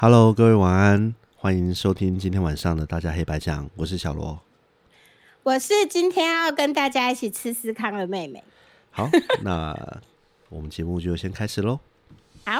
Hello，各位晚安，欢迎收听今天晚上的大家黑白讲，我是小罗， 我是今天要跟大家一起吃司康的妹妹。 好，那我们节目就先开始咯。 好。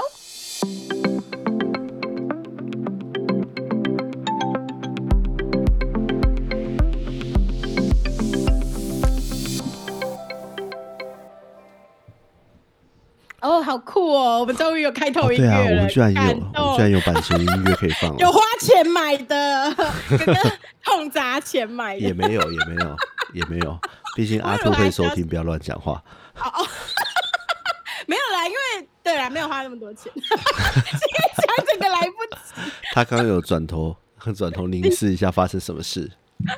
哦，好酷哦！我们终于有开头音乐了。 对啊，我们居然有版权音乐可以放了。 有花钱买的，哥哥痛砸钱买的。 也没有，毕竟阿兔会收听，不要乱讲话。 哦，没有啦，因为对啦，没有花那么多钱，现在讲这个来不及。 他刚刚有转头凝视一下发生什么事。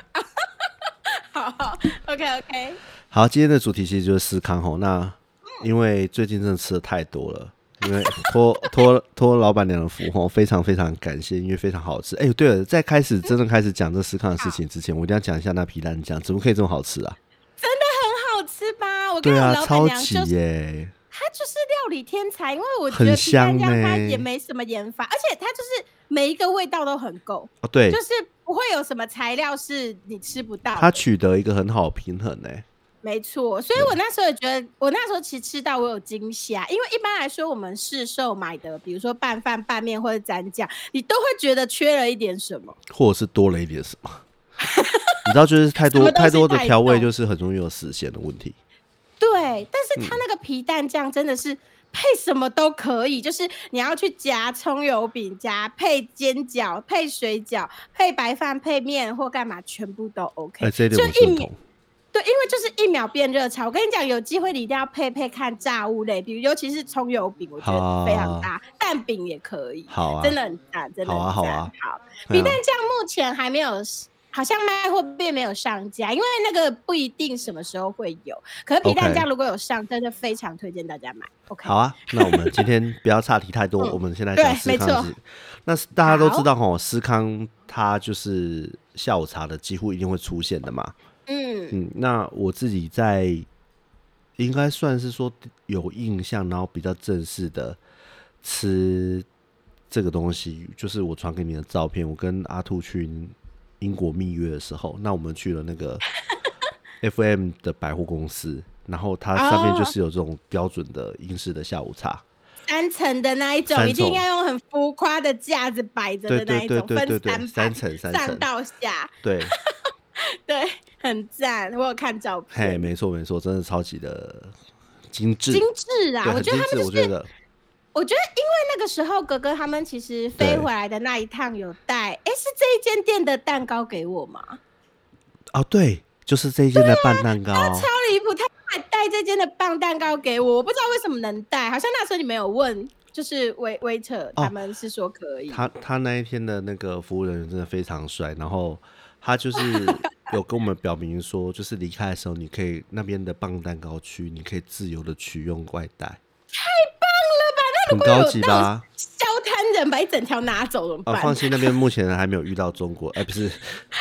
好 ，OK。 好，今天的主题其实就是司康吼。那因为最近真的吃的太多了，因为托老板娘的福吼，非常非常感谢，因为非常好吃。对了，在真正开始讲这司康的事情之前，我一定要讲一下那皮蛋酱，怎么可以这么好吃啊？ 真的很好吃吧？我跟对啊， 老板娘超级耶！ 他就是料理天才，因为我觉得皮蛋酱它也没什么研发，而且它就是每一个味道都很够。 哦，对， 就是不会有什么材料是你吃不到的。 它取得一个很好的平衡耶。 没错，所以我那时候也觉得，我那时候其实吃到我有惊吓，因为一般来说我们市售买的，比如说拌饭、拌面或者蘸酱，你都会觉得缺了一点什么， 或者是多了一点什么。你知道，就是太多的调味，就是很容易有死咸的问题。 对，但是它那个皮蛋酱真的是配什么都可以，就是你要去夹葱油饼、夹配煎饺、配水饺、配白饭、配面或干嘛，全部都 OK。 这一点我是认同。 对，因为就是一秒变热潮。我跟你讲，有机会你一定要配看炸物类，比如尤其是葱油饼，我觉得非常搭。蛋饼也可以， 好啊， 真的很赞，真的很赞。 好啊。 好，皮蛋酱目前还没有，好像卖货并没有上架，因为那个不一定什么时候会有。可是皮蛋酱如果有上，真的非常推荐大家买。OK， 好啊，那我们今天不要岔题太多，我们先来讲司康。那大家都知道吼，司康它就是下午茶的几乎一定会出现的嘛。那我自己在应该算是说有印象，然后比较正式的吃这个东西，就是我传给你的照片。我跟阿兔去英国蜜月的时候，那我们去了那个 FM 的百货公司，然后它上面就是有这种标准的英式的下午茶 ，3层的那一种，一定要用很浮夸的架子摆着的那一种，分3层上到下， 对。 对，很赞，我有看照片。 嘿，没错，真的超级的精致啊！我觉得他们因为那个时候哥哥他们其实飞回来的那一趟有带，是这一间店的蛋糕给我吗？ 哦，对，就是这一间的棒蛋糕， 超离谱，他还带这间的棒蛋糕给我，我不知道为什么能带，好像那时候你没有问。就是waiter他们是说可以。 他那一天的那个服务人员真的非常帅，然后他就是有跟我们表明说，就是离开的时候，你可以那边的棒蛋糕区，你可以自由的取用外带。 太棒了吧！那如果有很高级吧？ 消摊人把一整条拿走怎么办？ 放心，那边目前还没有遇到中国，不是。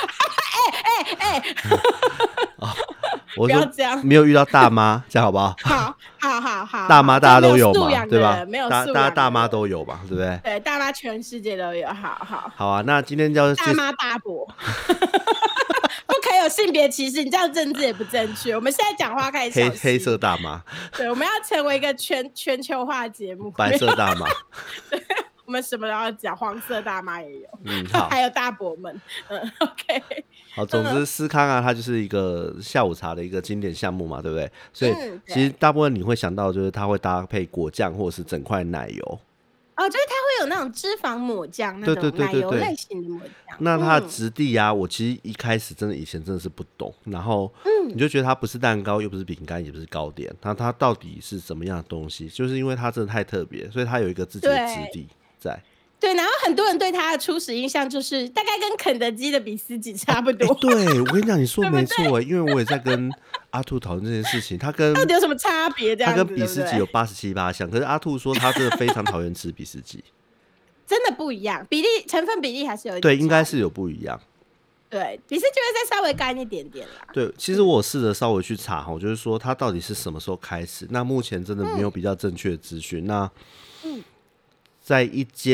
我说没有遇到大妈，这样好不好？ 好， 大妈大家都有嘛，对吧？ 没有素养， 大妈都有嘛，对不对？ 对，大妈全世界都有，好啊。那今天叫大妈大伯，不可以有性别歧视，你这样政治也不正确。我们现在讲话开始黑色大妈， 对，我们要成为一个全球化节目， 白色大妈。 对，我们什么都要讲，黄色大妈也有， 好， 还有大伯们，OK。 好，总之司康啊，它就是一个下午茶的一个经典项目嘛，对不对？所以其实大部分你会想到就是它会搭配果酱或者是整块奶油。 就是它会有那种脂肪抹酱，那种奶油类型的抹酱。 那它的质地啊，我其实一开始以前真的是不懂，然后你就觉得它不是蛋糕，又不是饼干，也不是糕点，它到底是什么样的东西？就是因为它真的太特别，所以它有一个自己的质地在。 对，然后很多人对它的初始印象就是大概跟肯德基的比斯吉差不多。 对，我跟你讲，你说没错，因为我也在跟阿兔讨论这件事情，他跟到底有什么差别？ 他跟比斯吉有87%像，可是阿兔说他真的非常讨厌吃比斯吉， 真的不一样，成分比例还是有一点对，应该是有不一样。 对，比斯吉会再稍微干一点点啦。 对，其实我试着稍微去查就是说它到底是什么时候开始。那目前真的没有比较正确的资讯。那在一间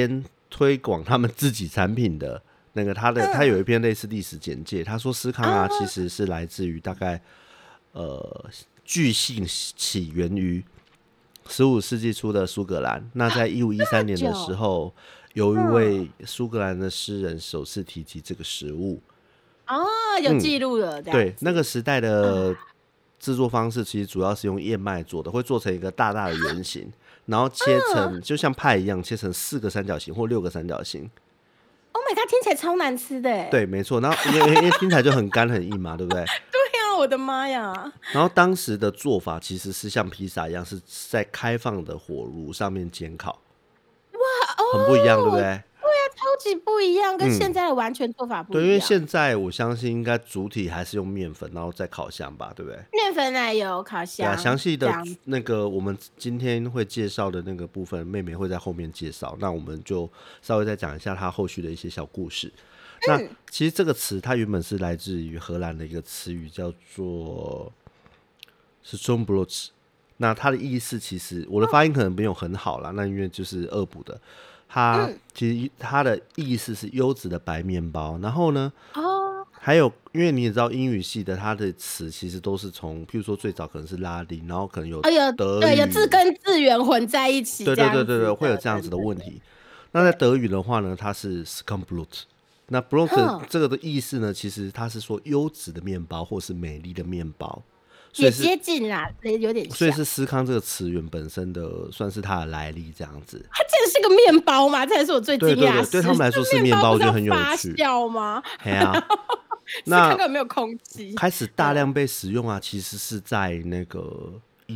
推广他们自己产品的那个他有一篇类似历史简介，他说司康啊其实是来自于大概据信起源于15世纪初的苏格兰。那在1513年的时候，有一位苏格兰的诗人首次提及这个食物。 有记录了。 对，那个时代的制作方式其实主要是用燕麦做的，会做成一个大大的圆形，然后切成就像派一样，切成4个三角形或6个三角形。 Oh my god， 听起来超难吃的。 对，没错。然后因为听起来就很干很硬嘛，对不对？ 对呀，我的妈呀！然后当时的做法其实是像披萨一样，是在开放的火炉上面煎烤。哇，很不一样，对不对？ 超级不一样，跟现在的完全做法不一样。 对，因为现在我相信应该主体还是用面粉，然后再烤箱吧，对不对？ 面粉奶油烤箱。对啊， 详细的那个我们今天会介绍的那个部分，妹妹会在后面介绍。那我们就稍微再讲一下她后续的一些小故事。那其实这个词它原本是来自于荷兰的一个词语，叫做是 Stonebroods。那它的意思其实我的发音可能没有很好啦，那因为就是恶补的。它其实它的意思是优质的白面包，然后呢，还有因为你也知道英语系的，它的词其实都是从，譬如说最早可能是拉丁，然后可能有德语， 对，有字跟字源混在一起， 对，会有这样子的问题。那在德语的话呢，它是 Scumbrot。那 Brot 这个的意思呢，其实它是说优质的面包或是美丽的面包。 也接近啦，有点像。 所以是司康这个词源本身的，算是它的来历这样子。 它竟然是个面包吗？这才是我最惊讶的事。 对他们来说是面包就很有趣。 发酵吗？ 对啊。那看看有没有空气。 开始大量被使用啊，其实是在那个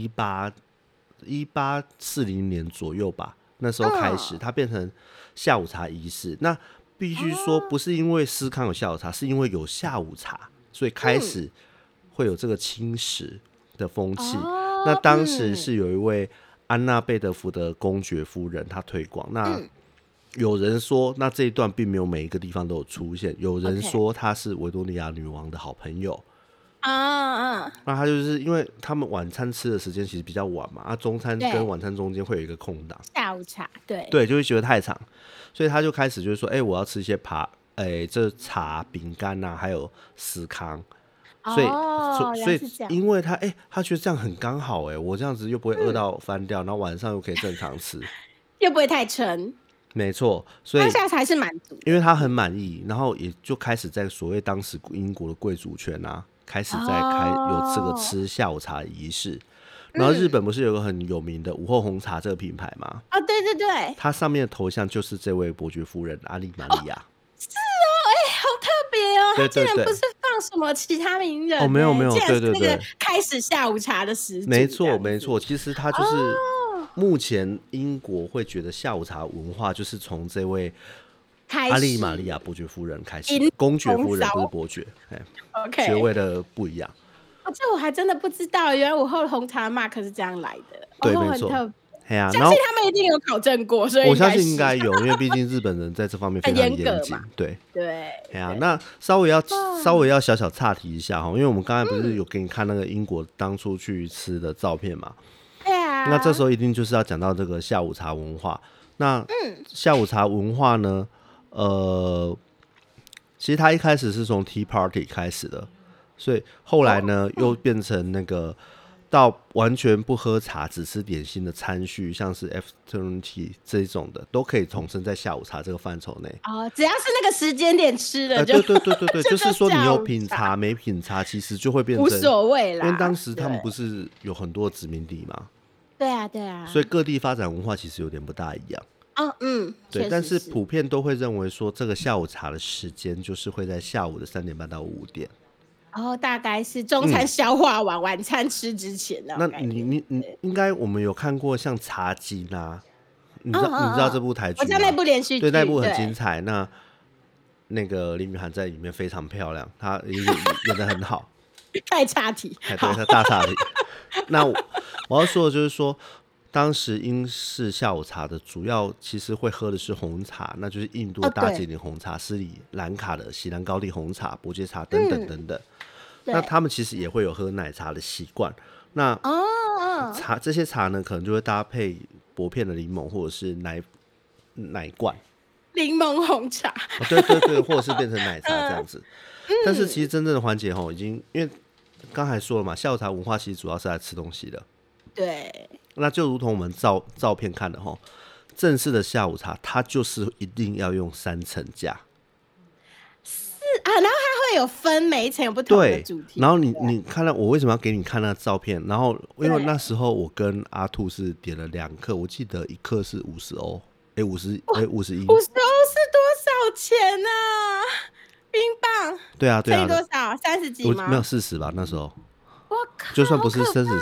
1840年左右吧，那时候开始，它变成下午茶仪式。那必须说，不是因为司康有下午茶，是因为有下午茶，所以开始会有这个轻食的风气。那当时是有一位安娜贝德福的公爵夫人，她推广。那有人说，那这一段并没有每一个地方都有出现。有人说她是维多利亚女王的好朋友。那他就是因为他们晚餐吃的时间其实比较晚嘛，中餐跟晚餐中间会有一个空档， 下午茶，对， 就会觉得太长，所以他就开始就是说，我要吃一些这茶、饼干啊，还有司康。所以因为他觉得这样很刚好，我这样子又不会饿到翻掉，然后晚上又可以正常吃， 又不会太撑。 没错，所以当下才是满足， 因为他很满意，然后也就开始在所谓当时英国的贵族圈啊，开始有这个吃下午茶的仪式。然后日本不是有个很有名的午后红茶这个品牌吗？ 对， 它上面的头像就是这位伯爵夫人阿丽玛利亚。 是好特别哦，他竟然不是放什么其他名人没有，对， 那个开始下午茶的时没错，其实他就是目前英国会觉得下午茶文化就是从这位阿丽玛利亚伯爵夫人开始，公爵夫人不是伯爵学位的不一样。 这我还真的不知道，原来午后红茶 mark 是这样来的。 对，没错。 相信他们一定有考证过，所以我相信应该有，因为毕竟日本人在这方面非常严谨。对。那稍微要小小岔题一下，因为我们刚才不是有给你看那个英国当初去吃的照片嘛？ 对啊。 那这时候一定就是要讲到这个下午茶文化。那下午茶文化呢？其实它一开始是从 Tea Party 开始的，所以后来呢又变成那个到完全不喝茶只吃点心的餐序，像是 Afternoon Tea 这种的，都可以统称在下午茶这个范畴内。 只要是那个时间点吃的就对，就是说你有品茶没品茶，其实就会变成无所谓啦。 因为当时他们不是有很多殖民地吗？ 对啊， 所以各地发展文化其实有点不大一样。对，但是普遍都会认为说，这个下午茶的时间就是会在下午的3点半到5点。 大概是中餐消化完，晚餐吃之前的。 那你应该我们有看过像《茶经》啊，你知道这部台剧吗？ 我知道那部连续剧， 对，那部很精彩。那个林雨涵在里面非常漂亮，她演得很好。 太岔题， 对，她大岔题。那我要说的就是说，当时英式下午茶的主要其实会喝的是红茶，那就是印度的大吉岭红茶、斯里兰卡的锡兰高地红茶、伯爵茶等等。那他们其实也会有喝奶茶的习惯。那这些茶呢，可能就会搭配薄片的柠檬或者是奶罐。 柠檬红茶， 对对对，或者是变成奶茶这样子。但是其实真正的环节已经因为刚才说了嘛，下午茶文化其实主要是来吃东西的。 对， 那就如同我们照片看的正式的下午茶它就是一定要用3层架。 然后它会有分每一层有不同的主题。 然后你看到我为什么要给你看那照片？然后因为那时候我跟阿兔是点了2克，我记得1克是50欧，50英。50欧是多少钱啊？英镑？ 对啊， 乘以多少？30几吗？ 没有40吧？那时候， 我靠， 就算不是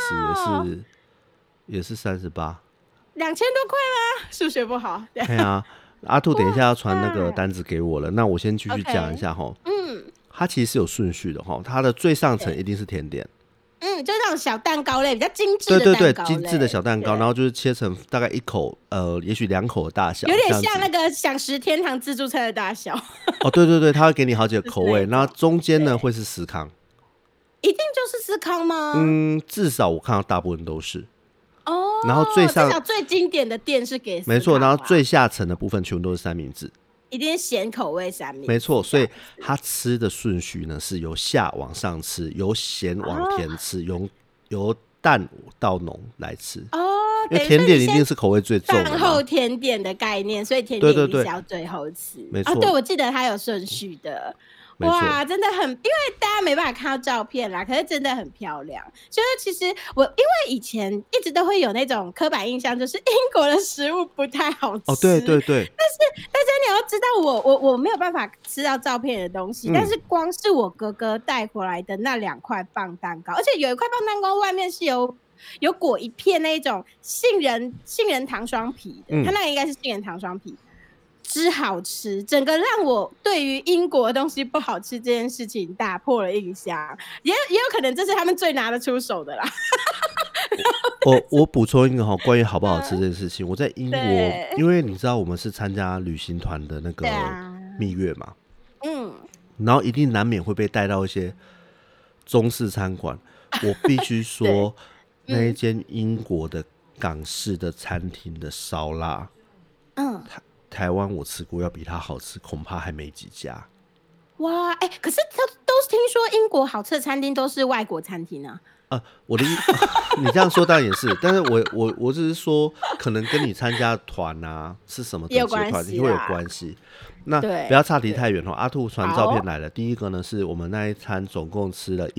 40也是38，2000多块吗？数学不好。 对啊。阿兔等一下要传那个单子给我了，那我先继续讲一下它其实是有顺序的它的最上层一定是甜点， 就是那种小蛋糕类，比较精致的蛋糕类， 对，精致的小蛋糕，然后就是切成大概1口也许2口的大小， 有点像那个享食天堂自助餐的大小。 对对对，它会给你好几个口味，然后中间呢会是司康， 一定就是司康吗？ 至少我看到大部分都是。然后至少最经典的店是给司康， 没错，然后最下层的部分全部都是三明治， 一定是咸口味三明治， 没错。所以它吃的顺序呢是由下往上吃，由咸往甜吃，由淡到浓来吃。因为甜点一定是口味最重的， 饭后甜点的概念，所以甜点一定是要最后吃。 没错， 对，我记得它有顺序的。哇，真的很，因为大家没办法看到照片啦，可是真的很漂亮。就是其实因为以前一直都会有那种刻板印象，就是英国的食物不太好吃。 对对对。 但是大家你要知道我没有办法吃到照片的东西，但是光是我哥哥带回来的那2块棒蛋糕，而且有一块棒蛋糕外面是有裹一片那种杏仁糖霜皮的，它那个应该是杏仁糖霜皮。之好吃，整个让我对于英国的东西不好吃这件事情打破了印象，也有可能这是他们最拿得出手的啦。 我补充一个关于好不好吃这件事情，我在英国，因为你知道我们是参加旅行团的那个蜜月嘛，然后一定难免会被带到一些中式餐馆，我必须说那一间英国的港式的餐厅的烧腊，台湾我吃过，要比它好吃恐怕还没几家。 哇，可是都听说英国好吃的餐厅都是外国餐厅啊。 我的你这样说当然也是，但是我只是说，可能跟你参加团啊是什么等级的团会有关系。那不要岔题太远阿兔传照片来了，第一个呢是我们那一餐总共吃了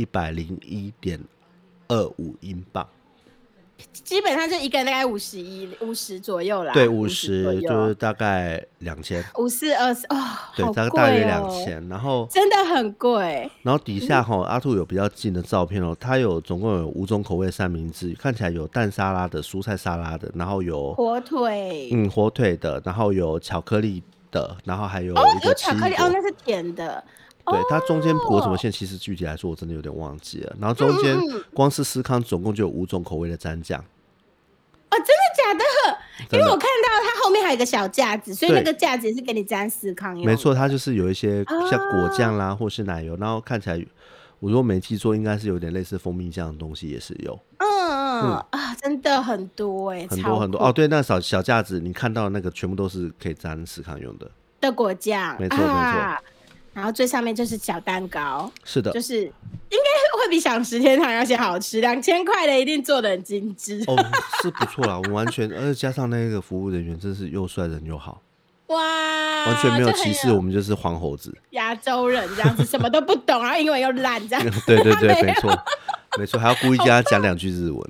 101.25英镑。 基本上就一个人大概50左右啦， 对，50就是大概 2000，5420 对，大约2000，然后真的很贵。 然后底下阿兔有比较近的照片它总共有5种口味三明治，看起来有蛋沙拉的、蔬菜沙拉的，然后有火腿， 火腿的，然后有巧克力的，然后还有一个巧克力那是甜的。 对，它中间裹什么馅，其实具体来说我真的有点忘记了。然后中间光是司康总共就有5种口味的蘸酱。 真的假的？因为我看到它后面还有一个小架子，所以那个架子也是给你蘸司康用的。 没错，它就是有一些像果酱啦，或是奶油，然后看起来我如果没记错，应该是有点类似蜂蜜酱的东西也是有。 真的很多很多很多对，那小架子你看到的那个全部都是可以蘸司康用的果酱， 没错没错。 然后最上面就是小蛋糕， 是的， 就是应该会比享食天堂要些好吃，2000块的一定做得很精致。 是不错啦，我们完全，而且加上那个服务人员真是又帅人又好， 哇， 完全没有歧视，我们就是黄猴子， 亚洲人这样子，什么都不懂，然后英文又烂这样。 对对对，没错没错，还要故意跟他讲2句日文。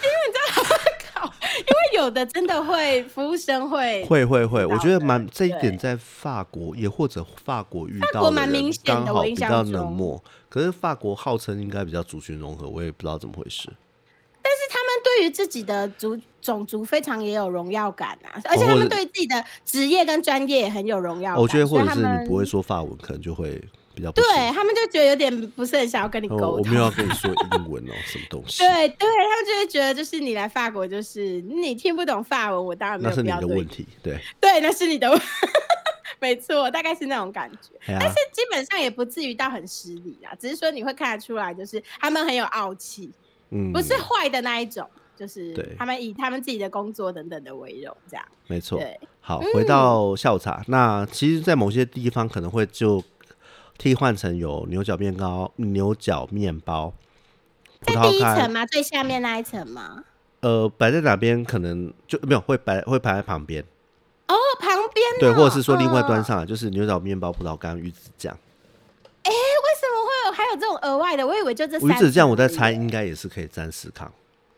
因为有的真的会，服务生会， 我觉得这一点在法国也或者法国遇到的人刚好比较冷漠，可是法国号称应该比较族群融合，我也不知道怎么回事。 但是他们对于自己的种族非常也有荣耀感而且他们对自己的职业跟专业也很有荣耀感。 我觉得或者是你不会说法文，可能就会比较不对，他们就觉得有点不是很想要跟你沟通。 我没有要跟你说英文什么东西。 对，他们就会觉得就是你来法国，就是你听不懂法文，我当然没有必要。 那是你的问题，对， 那是你的问题。没错，大概是那种感觉。但是基本上也不至于到很失礼啦，只是说你会看得出来，就是他们很有傲气，不是坏的那一种。 就是他们以他们自己的工作等等的为荣，这样没错。好，回到下午茶，那其实，在某些地方可能会就替换成有牛角面包， 在第一层吗？最下面那一层吗？ 摆在哪边可能就没有，会摆在旁边。 哦，旁边对，或者是说另外端上来就是牛角面包、葡萄干、鱼子酱。 为什么还有这种额外的？我以为就这3层。 鱼子酱我在猜应该也是可以沾司康。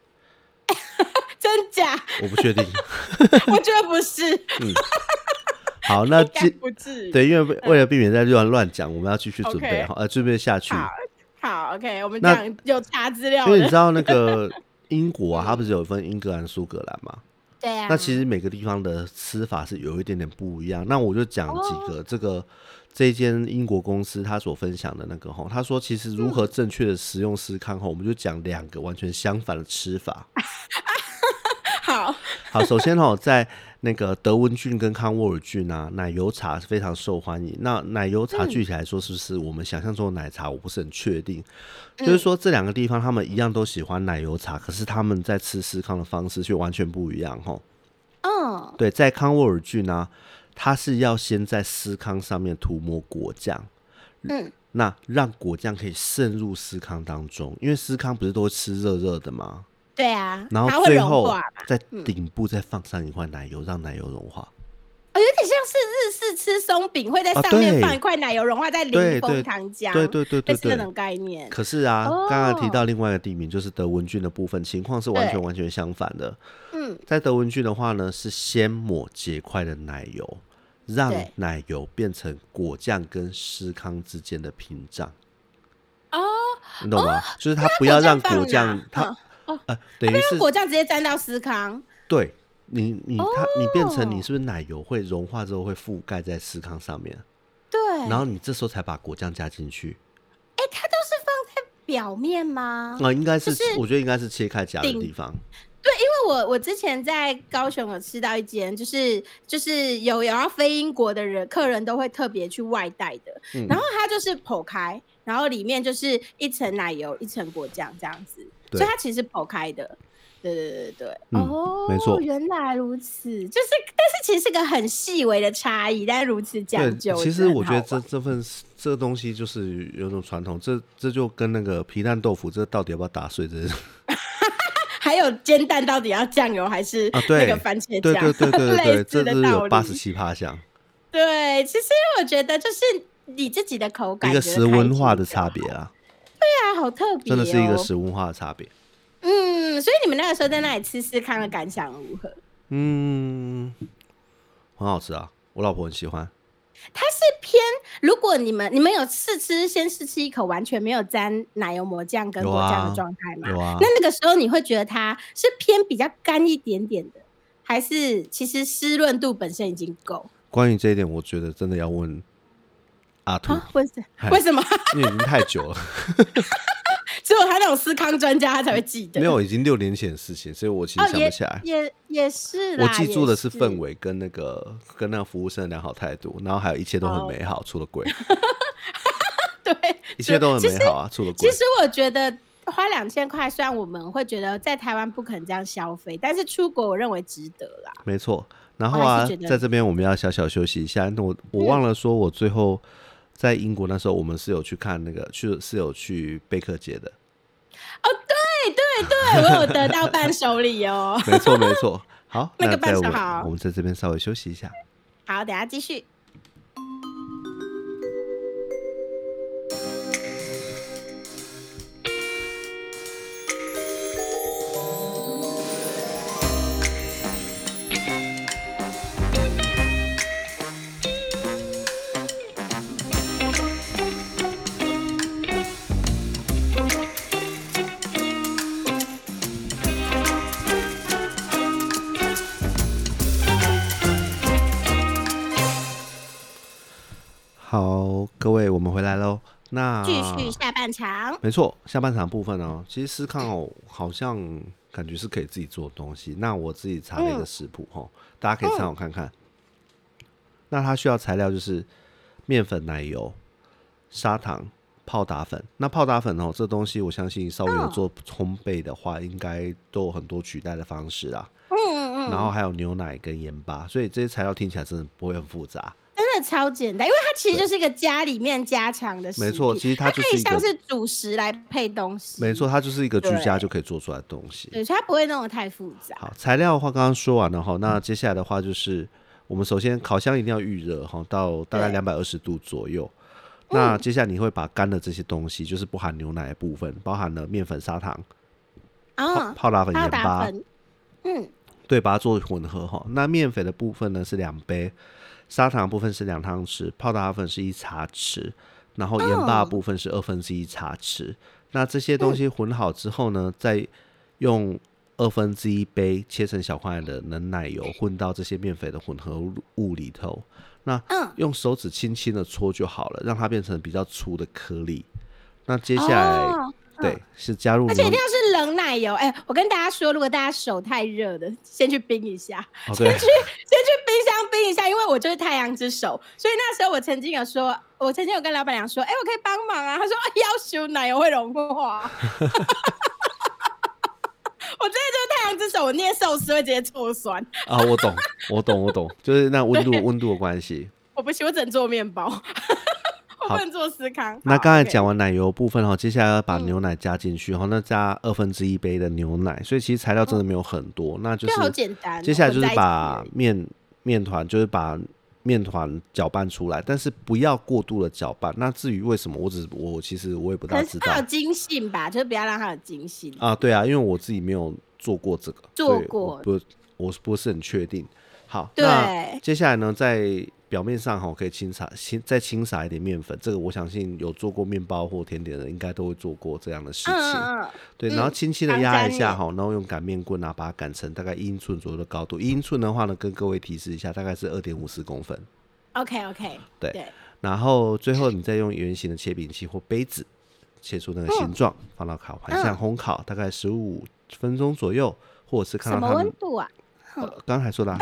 真假？ 我不确定。 我觉得不是。 好，那不至于。 对，因为为了避免在乱讲，我们要继续准备准备下去。 好 ，OK， 我们讲有查资料的。 因为你知道那个英国啊，它不是有分英格兰、苏格兰吗？ 对啊。 那其实每个地方的吃法是有一点点不一样。那我就讲几个这一间英国公司他所分享的那个他说其实如何正确的食用司康我们就讲2个完全相反的吃法。好，首先在那个德文郡跟康沃尔郡啊，奶油茶是非常受欢迎。那奶油茶具体来说是不是我们想象中的奶茶，我不是很确定。就是说这2个地方他们一样都喜欢奶油茶，可是他们在吃司康的方式却完全不一样对，在康沃尔郡啊，它是要先在司康上面涂抹果酱，那让果酱可以渗入司康当中，因为司康不是都会吃热热的吗？ 对啊， 然后最后在顶部再放上一块奶油，让奶油融化。 有点像是日式吃松饼，会在上面放一块奶油融化，再淋枫糖浆，对，是那种概念。 可是啊，刚刚提到另外一个地名，就是德文郡的部分，情况是完全相反的。在德文郡的话呢，是先抹结块的奶油，让奶油变成果酱跟司康之间的屏障。你懂吗？就是他不要让果酱，等于是果酱直接沾到司康。 对。你变成你是不是奶油会融化之后会覆盖在司康上面？ 对。 然后你这时候才把果酱加进去。 它都是放在表面吗？ 应该是，我觉得应该是切开夹的地方。 对，因为我之前在高雄有吃到一间，就是有要飞英国的客人都会特别去外带的，然后它就是剖开，然后里面就是一层奶油一层果酱这样子，所以它其实是剖开的。对， 没错， 原来如此，但是其实是个很细微的差异，但是如此讲究。 其实我觉得这个东西就是有种传统，这就跟那个皮蛋豆腐，这到底要不要打碎这种。 还有煎蛋到底要酱油还是那个番茄酱？ 对，这是有87%像。 对，其实我觉得就是你自己的口感， 一个食文化的差别啊。 对啊，好特别， 真的是一个食文化的差别。 所以你们那个时候在那里吃司康的感想如何？ 很好吃啊，我老婆很喜欢。 它是偏，如果你们有先试吃一口完全没有沾奶油抹酱跟果酱的状态吗？ 有啊。 那个时候你会觉得它是偏比较干一点点的，还是其实湿润度本身已经够？ 关于这一点，我觉得真的要问阿兔。 为什么？ 因为已经太久了。 只有他那种司康专家他才会记得。 没有，已经6年前的事情，所以我其实想不起来。 也是啦， 我记住的是氛围跟那个服务生的良好态度，然后还有一切都很美好，除了贵。 对， 一切都很美好啊，除了贵。 其实我觉得花2000块，虽然我们会觉得在台湾不可能这样消费，但是出国我认为值得啦。 没错。然后啊，在这边我们要小小休息一下。我忘了说，我最后在英国那时候，我们是有去看那个是有去贝克街的。 对，我有得到伴手礼哦。 没错。好， 那个伴手好。 我们在这边稍微休息一下。 好，等一下继续。 好，各位，我们回来咯。那继续下半场。 没错，下半场部分其实司康好像感觉是可以自己做的东西。那我自己查了一个食谱大家可以参考看看。那它需要材料就是面粉、奶油、砂糖、 泡打粉。那泡打粉这东西我相信稍微有做烘焙的话，应该都有很多取代的方式啦。然后还有牛奶跟盐巴，所以这些材料听起来真的不会很复杂， 真的超简单，因为它其实就是一个家里面家常的食品。 没错，其实它就是可以像是主食来配东西。 没错，它就是一个居家就可以做出来的东西。 对，所以它不会弄得太复杂。 好，材料的话刚刚说完了哈，那接下来的话就是我们首先烤箱一定要预热哈，到大概220度左右。那接下来你会把干的这些东西，就是不含牛奶的部分，包含了面粉、砂糖、泡打粉、盐巴，对，把它做混合哈。那面粉的部分呢是2杯，砂糖的部分是2汤匙，泡打粉是1茶匙，然后盐巴的部分是1/2茶匙。那这些东西混好之后呢，再用1/2杯切成小块的冷奶油混到这些面粉的混合物里头。那用手指轻轻的搓就好了，让它变成比较粗的颗粒。那接下来对，是加入， 而且一定要是冷奶油。我跟大家说，如果大家手太热的，先去冰一下，先去冰箱冰一下，因为我就是太阳之手，所以那时候我曾经有跟老板娘说，我可以帮忙啊。他说要求奶油会融化。我真的就是太阳之手，我捏寿司会直接搓酸啊！我懂，就是那温度的关系。 我不行，我只能做面包。我不能做司康。 那刚才讲完奶油部分接下来要把牛奶加进去，那加1/2杯的牛奶，所以其实材料真的没有很多，那就是好简单。 接下来就是把面团，就是把面团搅拌出来，但是不要过度的搅拌。那至于为什么，我其实我也不大知道。 它有筋性吧，就是不要让它有筋性啊。对啊，因为我自己没有做过这个， 做过我不是很确定。好， 对， 那接下来呢，在表面上可以再轻撒一点面粉，这个我相信有做过面包或甜点的人应该都会做过这样的事情。对，然后轻轻的压一下然后用擀面棍把它擀成大概1英寸左右的高度。1英寸的话呢，跟各位提示一下，大概是2.54公分。 OK， 对。然后最后你再用圆形的切饼器或杯子切出那个形状，放到烤盘上烘烤，大概15分钟左右，或者是看到它什么温度啊？ 刚才说的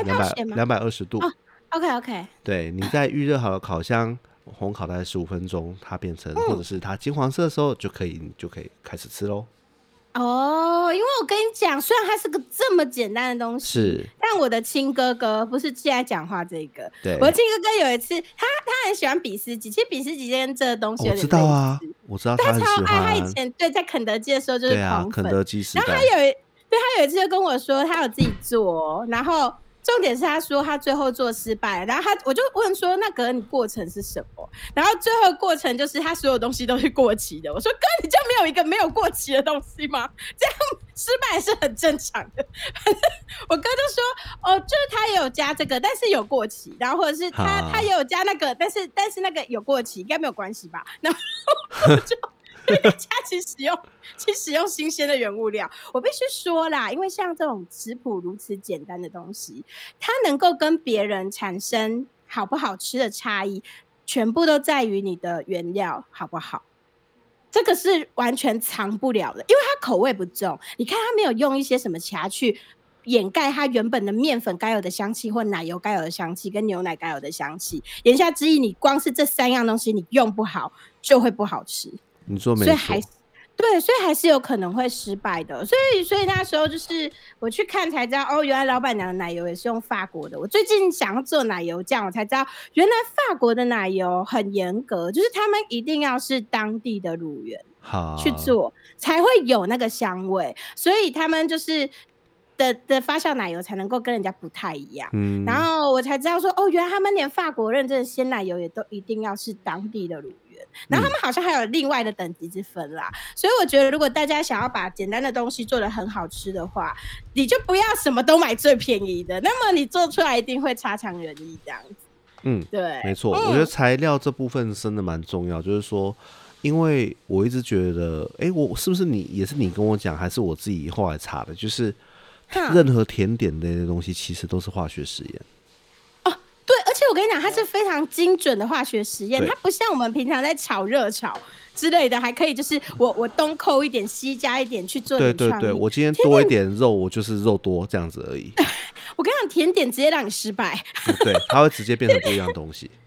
220度。 OK， 对，你在预热好的烤箱烘烤大概15分钟，它变成或者是它金黄色的时候，就可以开始吃咯。 因为我跟你讲，虽然它是个这么简单的东西，但我的亲哥哥不是现在讲话这个，我的亲哥哥有一次，他很喜欢比斯吉，其实比斯吉跟这个东西有点类似。 我知道啊，我知道他很喜欢。 他以前在肯德基的时候就是狂粉， 肯德基时代。 然后他有一次就跟我说，他有自己做，然后重点是他说他最后做失败了，然后我就问说，那哥你过程是什么？然后最后过程就是他所有东西都是过期的。我说哥，你就没有一个没有过期的东西吗？这样失败是很正常的。我哥就说就是他也有加这个，但是有过期，然后或者是他也有加那个，但是那个有过期，应该没有关系吧？然后我就加去使用新鲜的原物料。我必须说啦，因为像这种食谱如此简单的东西，它能够跟别人产生好不好吃的差异，全部都在于你的原料好不好。这个是完全藏不了的，因为它口味不重。你看它没有用一些什么其他去掩盖它原本的面粉该有的香气，或奶油该有的香气，跟牛奶该有的香气。言下之意，你光是这3样东西你用不好，就会不好吃。 你说没错，所以还是有可能会失败的。所以那时候就是我去看才知道，原来老板娘的奶油也是用法国的。我最近想要做奶油酱，我才知道原来法国的奶油很严格，就是他们一定要是当地的乳源去做，才会有那个香味。所以他们就是的发酵奶油才能够跟人家不太一样。然后我才知道说，原来他们连法国认证的鲜奶油也都一定要是当地的乳源。然后他们好像还有另外的等级之分啦。所以我觉得如果大家想要把简单的东西做得很好吃的话，你就不要什么都买最便宜的，那么你做出来一定会差强人意这样子。对， 没错。我觉得材料这部分真的蛮重要，就是说因为我一直觉得我是不是也是你跟我讲，还是我自己后来查的，就是任何甜点类的东西其实都是化学实验。 对，而且我跟你讲，它是非常精准的化学实验，它不像我们平常在炒热炒之类的，还可以就是我东扣一点西加一点去做点创意。 对，我今天多一点肉，我就是肉多这样子而已。 我跟你讲，甜点直接让你失败。 对，它会直接变成不一样的东西。 它那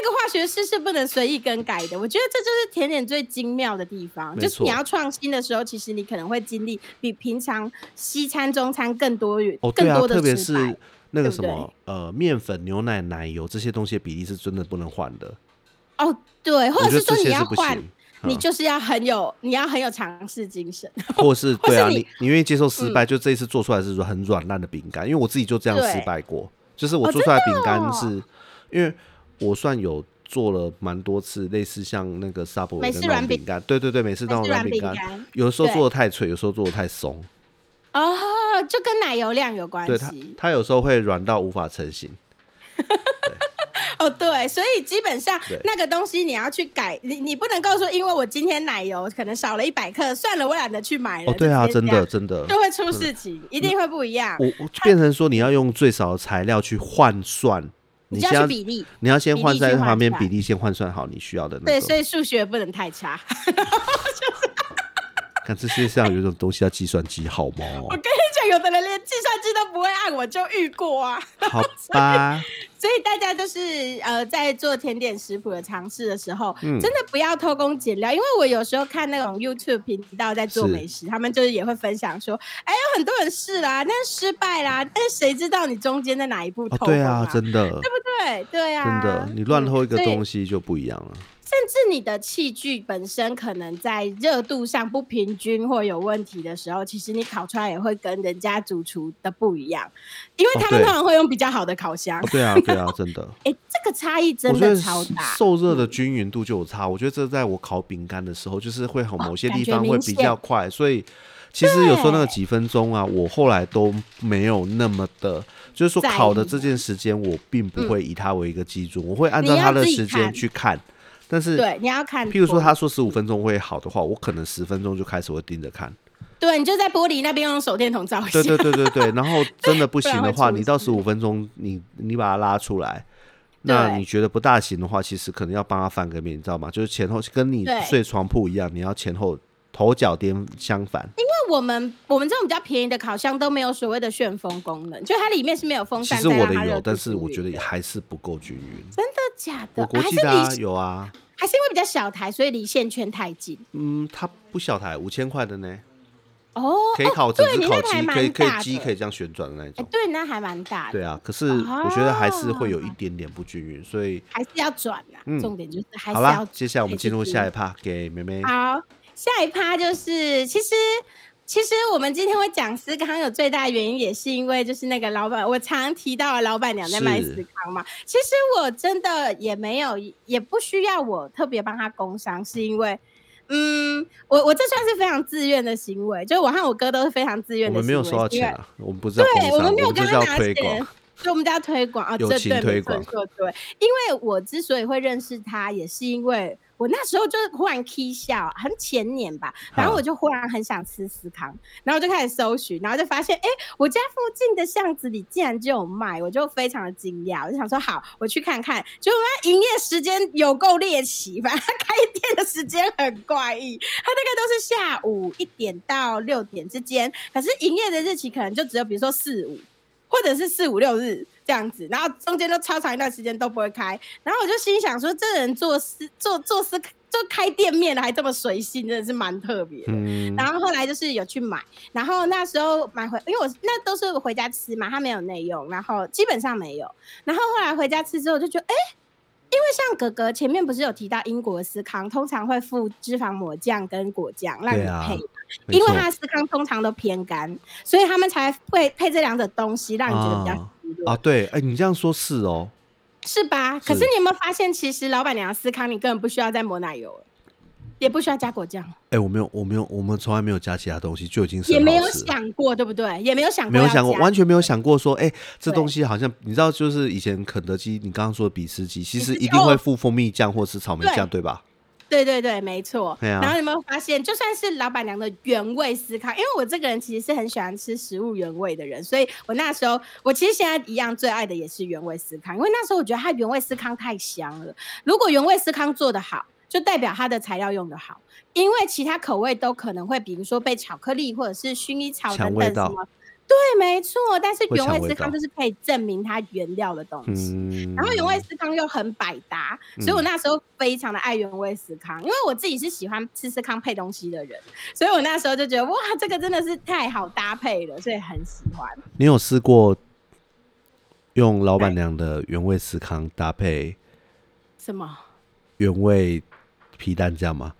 那个化学式是不能随意更改的。我觉得这就是甜点最精妙的地方，就是你要创新的时候，其实你可能会经历比平常西餐、中餐更多的对啊， 特别是那个什么面粉、牛奶、奶油这些东西的比例是真的不能换的。 哦，对，或者是说你要换。你就是要你要很有尝试精神， 或是对啊，你愿意接受失败，就这一次做出来是很软烂的饼干，因为我自己就这样失败过，就是我做出来饼干是，因为我算有做了蛮多次类似像那个 Subway 的那种饼干，对，美式那种软饼干，有的时候做的太脆，有时候做的太松， 哦，就跟奶油量有关系， 对，它有时候会软到无法成型。 哦，对，所以基本上那个东西你要去改，你不能够说，因为我今天奶油可能少了100克，算了，我懒得去买了。 对啊，真的就会出事情，一定会不一样。 我变成说你要用最少的材料去换算， 你就要去比例， 你要先换在旁边比例，先换算好你需要的那个。 对，所以数学不能太差。 看这世界上有一种东西叫计算机，好吗？ 我跟你讲，有的人连计算机都不会按，我就遇过啊。 好吧。 所以大家就是在做甜点食谱的尝试的时候，真的不要偷工减料，因为我有时候看那种 YouTube 频道在做美食，他们就是也会分享说，哎，有很多人试啦，但是失败啦，但是谁知道你中间在哪一步偷工啊？ 对啊，真的， 对不对？对啊， 真的，你乱偷一个东西就不一样了。 甚至你的器具本身可能在热度上不平均或有问题的时候，其实你烤出来也会跟人家主厨的不一样，因为他们通常会用比较好的烤箱。 对啊，真的。 这个差异真的超大。 受热的均匀度就有差，我觉得这在我烤饼干的时候，就是会某些地方会比较快，所以其实有时候那个几分钟啊，我后来都没有那么的，就是说烤的这件时间，我并不会以它为一个基准，我会按照它的时间去看。但是对，你要看， 譬如说他说15分钟会好的话，我可能10分钟就开始会盯着看。 对，你就在玻璃那边用手电筒照一下。 对，然后真的不行的话，你到15分钟你把它拉出来，那你觉得不大行的话，其实可能要帮他翻个面，你知道吗？就是前后跟你睡床铺一样，你要前后头脚颠相反。因为我们这种比较便宜的烤箱都没有所谓的旋风功能，就它里面是没有风扇。 其实我的有，但是我觉得也还是不够均匀。 真的假的？ 我国际的有啊。 还是因为比较小台，所以离线圈太近。 它不小台，5000块的呢。 可以烤整只烤鸡，可以鸡可以这样旋转的那种。 对，那还蛮大的。 对啊，可是我觉得还是会有一点点不均匀，所以还是要转啊。重点就是还是要。 好啦，接下来我们进入下一趴，给妹妹。 好，下一趴就是其实我们今天会讲司康有最大的原因，也是因为就是那个老板，我常提到的老板娘在卖司康嘛。其实我真的也不需要我特别帮他工商，是因为我这算是非常自愿的行为，就是我和我哥都是非常自愿的行为。 我们没有收到钱啊，我们不是要工商， 对，我们没有跟他拿钱。 所以我们要推广啊， 友情推广。 对，因为我之所以会认识他，也是因为我那时候就是忽然 K 笑，很前年吧，然后我就忽然很想吃司康，然后就开始搜寻，然后就发现，我家附近的巷子里竟然就有卖，我就非常的惊讶，我就想说好，我去看看。结果他营业时间有够猎奇，反正他开店的时间很怪异，他大概都是下午1点到6点之间，可是营业的日期可能就只有比如说4、5。或者是4、5、6日这样子，然后中间都超长一段时间都不会开，然后我就心想说，这人做开店面的还这么随性，真的是蛮特别的。然后后来就是有去买，然后那时候买回，因为我那都是回家吃嘛，它没有内用，然后基本上没有。然后后来回家吃之后，就觉得因为像哥哥前面不是有提到英国的司康通常会附脂肪抹酱跟果酱让你配，因为它的司康通常都偏干，所以他们才会配这2种东西，让你觉得比较湿润。 对，你这样说是哦， 是吧？可是你有没有发现，其实老板娘的司康你根本不需要再抹奶油了，也不需要加果酱。 我们从来没有加其他东西，就已经是也没有想过，对不对？也没有想过， 完全没有想过说，这东西好像你知道，就是以前肯德基你刚刚说的比斯鸡，其实一定会附蜂蜜酱或是草莓酱，对吧？ 对，没错。然后你有没有发现，就算是老板娘的原味司康，因为我这个人其实是很喜欢吃食物原味的人，所以我那时候，我其实现在一样最爱的也是原味司康，因为那时候我觉得它原味司康太香了。如果原味司康做得好，就代表它的材料用得好，因为其他口味都可能会，比如说被巧克力或者是薰衣草等等什么。 对，没错，但是原味司康就是可以证明它原料的东西，然后原味司康又很百搭，所以我那时候非常的爱原味司康，因为我自己是喜欢吃司康配东西的人，所以我那时候就觉得哇，这个真的是太好搭配了，所以很喜欢。 你有试过用老板娘的原味司康搭配什么原味皮蛋酱吗？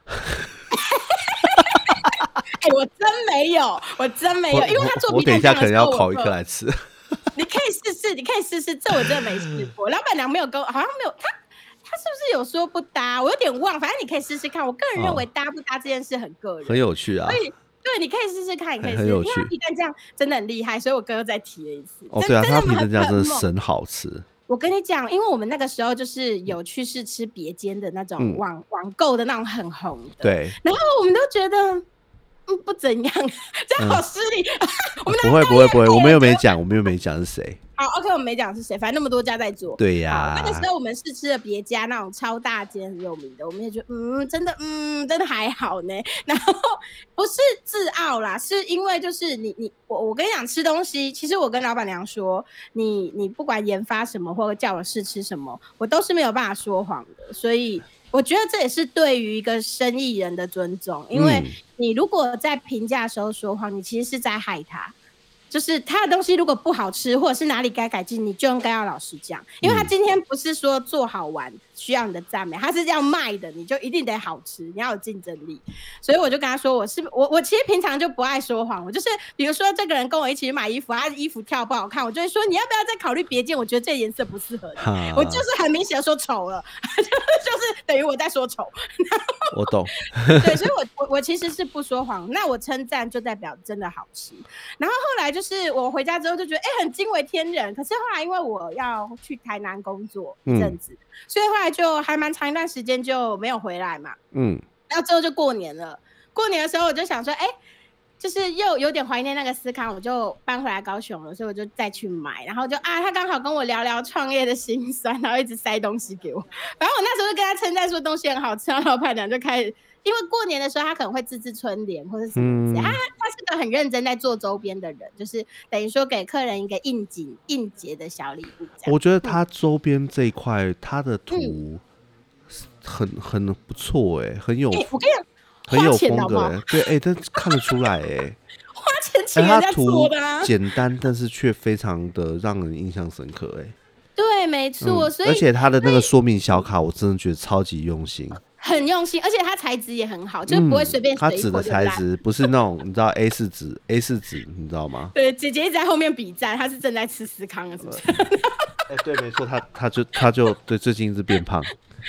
我真没有，因为他做皮蛋酱的时候， 我等一下可能要烤一颗来吃。 你可以试试，这我真的没试过。老板娘没有跟我，好像没有，他是不是有说不搭？我有点忘，反正你可以试试看。我个人认为搭不搭这件事很个人， 很有趣啊。 所以对，你可以试试看， 很有趣。 因为皮蛋酱真的很厉害，所以我刚刚再提了一次。 对啊，他皮蛋酱真的神好吃。 我跟你讲，因为我们那个时候就是有去试吃别间的那种网购的那种很红的，对，然后我们都觉得。不怎样，这样好失礼。 我们不会，我们又没讲是谁。 好 ，OK， 我们没讲是谁，反正那么多家在做。 对呀， 那个时候我们试吃了别家那种超大间很有名的，我们也觉得真的还好呢。然后不是自傲啦，是因为就是我跟你讲吃东西，其实我跟老板娘说，你不管研发什么或者叫我试吃什么，我都是没有办法说谎的，所以。我觉得这也是对于一个生意人的尊重，因为你如果在评价的时候说谎，你其实是在害他。就是他的东西如果不好吃，或者是哪里该改进，你就应该要老实讲，因为他今天不是说做好玩需要你的赞美，他是这样卖的，你就一定得好吃，你要有竞争力。所以我就跟他说，我其实平常就不爱说谎，我就是比如说这个人跟我一起去买衣服，他的衣服跳不好看，我就会说你要不要再考虑别件，我觉得这颜色不适合你，我就是很明显的说丑了，就是等于我在说丑。 我懂。 对，所以我其实是不说谎，那我称赞就代表真的好吃。然后后来就是我回家之后就觉得很惊为天人，可是后来因为我要去台南工作一阵子，所以后来就还蛮长一段时间就没有回来嘛。然后之后就过年了，过年的时候我就想说就是又有点怀念那个司康，我就搬回来高雄了，所以我就再去买，然后就他刚好跟我聊聊创业的辛酸，然后一直塞东西给我，反正我那时候就跟他称赞说东西很好吃，然后老板娘就开始，因为过年的时候他可能会自春联或者什么之类，他是个很认真在做周边的人，就是等于说给客人一个应节的小礼物。 我觉得他周边这一块他的图很不错很有， 我跟你讲。 很有风格对但看得出来花钱请人家做的他图简单，但是却非常的让人印象深刻对，没错，所以而且他的那个说明小卡，我真的觉得超级用心， 很用心，而且它材质也很好，就是不会随便。 它纸的材质不是那种你知道 A4 纸你知道吗？ 对，姐姐一直在后面比赞，她是正在吃司康的，是不是？ 对，没错，他就对，最近一直变胖。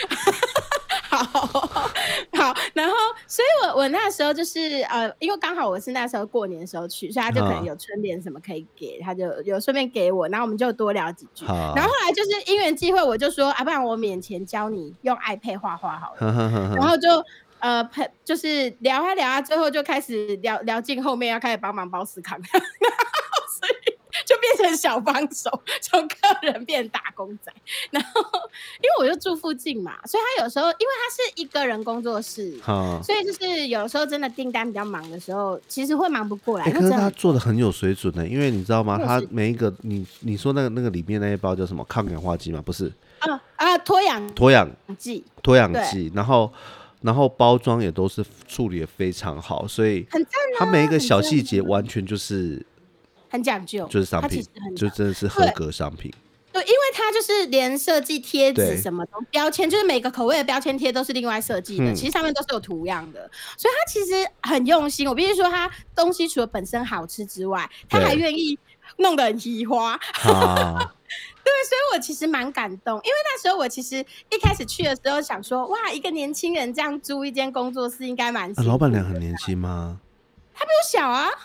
好，然后所以我那时候就是因为刚好我是那时候过年的时候去，所以他就可能有春联什么可以给，他就有顺便给我，然后我们就多聊几句。然后后来就是因缘际会，我就说不然我免钱教你用 iPad 画画好了。然后就就是聊啊，最后就开始聊进后面要开始帮忙包司康，所以就变成小帮手，从客人变打工仔。然后因为我就住附近嘛，所以他有时候因为他是一个人工作室，所以就是有时候真的订单比较忙的时候，其实会忙不过来。 可是他做的很有水准因为你知道吗？他每一个你说那个里面那一包叫什么抗氧化剂吗？不是脱氧剂， 然后包装也都是处理的非常好，所以很赞他每一个小细节完全就是很讲究， 就是商品，就真的是合格商品。 对，因为它就是连设计贴纸什么的标签，就是每个口味的标签贴都是另外设计的，其实上面都是有图样的，所以它其实很用心。我必须说，它东西除了本身好吃之外，它还愿意弄得很奇花。对，所以我其实蛮感动，因为那时候我其实一开始去的时候想说，哇，一个年轻人这样租一间工作室应该蛮辛苦的。 老板娘很年轻吗？ 她比我小啊。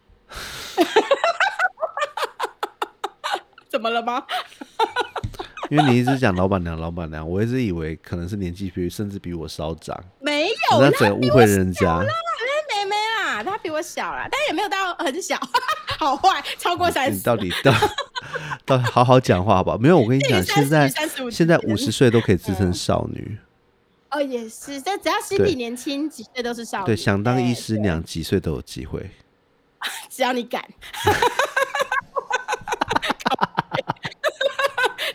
怎么了吗？ 因为你一直讲老板娘，我一直以为可能是年纪甚至比我稍长。 没有， 那整个误会人家。 妹妹啦，她比我小啦，但也没有到很小，好坏，超过30。 你到底好好讲话好不好？没有，我跟你讲，现在50岁都可以自称少女。 也是，这只要心理年轻，几岁都是少女。 对，想当医师娘，几岁都有机会。 只要你敢。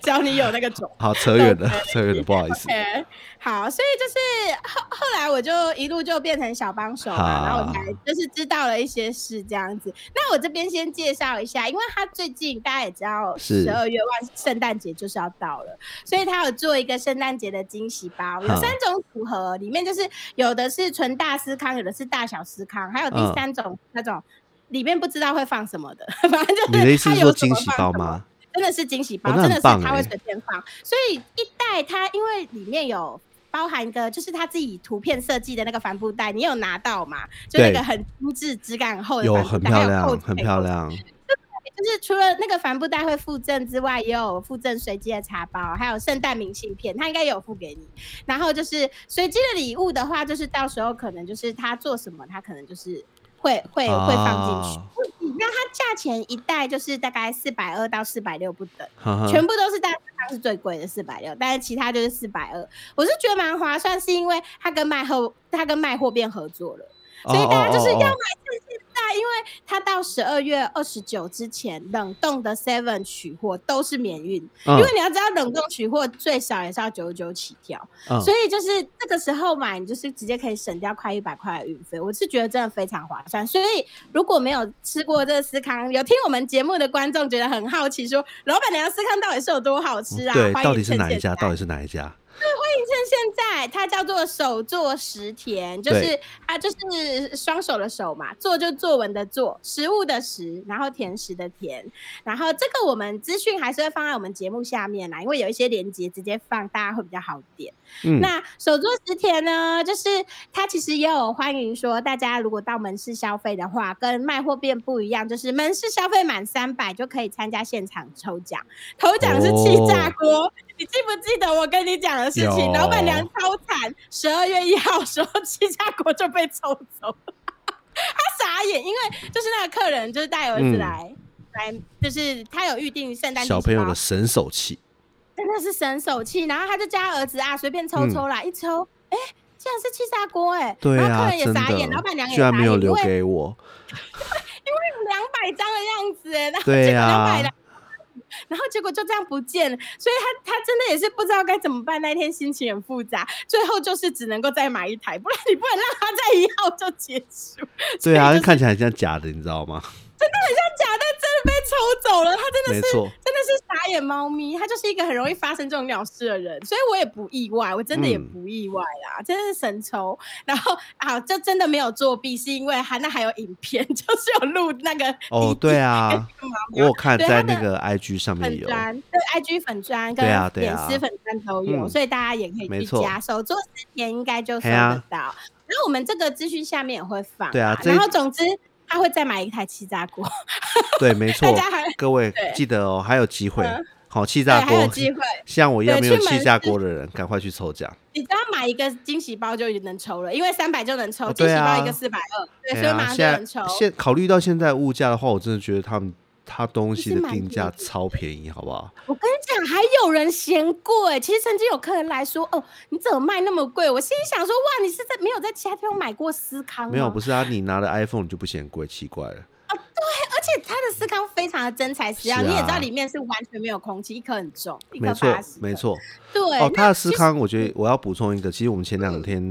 只要你有那个种。 好，扯远了，扯远了，不好意思。 Okay, 好，所以就是后来我就一路就变成小帮手嘛，然后我才就是知道了一些事这样子。那我这边先介绍一下，因为他最近大家也知道12月圣诞节就是要到了，所以他有做一个圣诞节的惊喜包，有3种组合，里面就是有的是纯大司康，有的是大小司康，还有第3种那种里面不知道会放什么的，反正就是你的意思是说惊喜包吗？ 真的是惊喜包，真的是他会随便放，所以一袋它因为里面有包含一个就是他自己图片设计的那个帆布袋，你有拿到吗？就那个很精致、质感很厚的帆布袋， 很漂亮，很漂亮。 就是除了那个帆布袋会附赠之外，也有附赠随机的茶包，还有圣诞明信片，他应该也有附给你。然后就是随机的礼物的话，就是到时候可能就是他做什么，他可能就是会放进去。那它价钱一袋就是大概420到460不等，全部都是大司康是最贵的460，但是其他就是420。我是觉得蛮划算，是因为它跟卖货店合作了，所以大家就是要买趁现在，因为它到12月29之前冷冻的 Seven 取货都是免运，因为你要知道冷冻取货最少也是要99起跳，所以就是这个时候买，你就是直接可以省掉快100块的运费，我是觉得真的非常划算。所以如果没有吃过这个司康，有听我们节目的观众觉得很好奇，说老板娘司康到底是有多好吃啊？ 对，到底是哪一家？到底是哪一家？ 对，欢迎趁现在，它叫做手作食甜，就是它就是双手的手嘛，作就作文的作，食物的食，然后甜食的甜，然后这个我们资讯还是会放在我们节目下面啦，因为有一些连结直接放，大家会比较好点。那手作食甜呢，就是它其实也有欢迎说，大家如果到门市消费的话，跟卖货店不一样，就是门市消费满300就可以参加现场抽奖，头奖是气炸锅。你记不记得我跟你讲的事情？老板娘超惨，12月1号时候气炸锅就被抽走，他傻眼，因为就是那个客人就是带儿子来，就是他有预定圣诞小朋友的神手气， 真的是神手气。然后他就叫他儿子啊，随便抽啦，一抽，竟然是气炸锅对啊， 然后客人也傻眼，老板娘也居然没有留给我， 因为有200张的样子对啊。 然后结果就这样不见了，所以他真的也是不知道该怎么办，那天心情很复杂，最后就是只能够再买1台，不然你不能让他在1号就结束。 对啊，看起来很像假的，你知道吗？ 真的很像假的，真的被抽走了，他真的是傻眼猫咪，他就是一个很容易发生这种鸟事的人，所以我也不意外，我真的也不意外啦，真的是神抽。然后这真的没有作弊，是因为那还有影片，就是有录那个对啊，我有看在那个 IG 上面有， 对 IG 粉专跟点丝粉专都有，所以大家也可以去加，手作食甜应该就搜得到。然后我们这个资讯下面也会放，对啊，然后总之。他会再买1台气炸锅， 对，没错。各位记得哦，还有机会。好，气炸锅，还有机会。像我一样没有气炸锅的人，赶快去抽奖。 你只要买一个惊喜包就已经能抽了，因为300就能抽，惊喜包一个420，对，所以马上就能抽。 考虑到现在物价的话，我真的觉得他东西的定价超便宜，好不好？ 我跟你讲，还有人嫌贵。其实曾经有客人来说：“哦，你怎么卖那么贵？”我心里想说：“哇，你是没有在其他地方买过司康吗？” 没有，不是啊，你拿了 iPhone 你就不嫌贵，奇怪了。 对，而且它的司康非常的真材实料，你也知道里面是完全没有空气，一颗很重，1颗80， 没错。 对， 它的司康，我觉得我要补充一个，其实我们前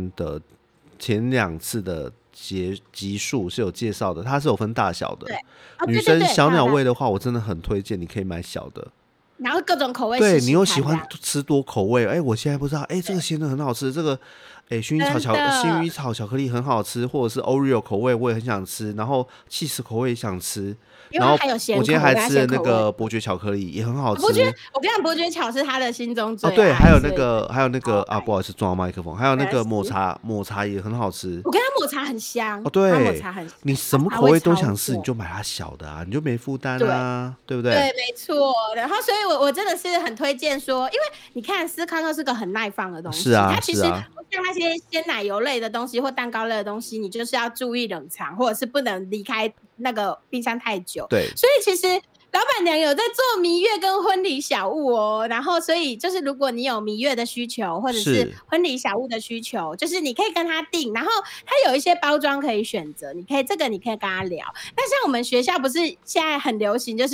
2次的集数是有介绍的，它是有分大小的。女生小鸟胃的话，我真的很推荐，你可以买小的。 然后各种口味， 对你又喜欢吃多口味，我现在不知道，这个咸的很好吃，这个薰衣草巧克力很好吃，或者是 Oreo 口味我也很想吃，然后起司口味也想吃。然后我今天还吃了那个伯爵巧克力，也很好吃。 我跟你讲，伯爵巧是他的心中最爱。 对，还有那个啊，不好意思撞到麦克风，还有那个抹茶也很好吃。 我跟他抹茶很香。 对， 抹茶很香。 你什么口味都想吃，你就买它小的啊，你就没负担啊，对不对？ 对，没错。然后，所以我真的是很推荐说，因为你看司康又是个很耐放的东西， 是啊， 它其实像那些鲜奶油类的东西或蛋糕类的东西，你就是要注意冷藏，或者是不能离开那个冰箱太久。 对， 所以其实老板娘有在做蜜月跟婚礼小物哦，然后所以就是如果你有蜜月的需求或者是婚礼小物的需求，就是你可以跟他订，然后他有一些包装可以选择，你可以跟他聊。但像我们学校不是现在很流行，就是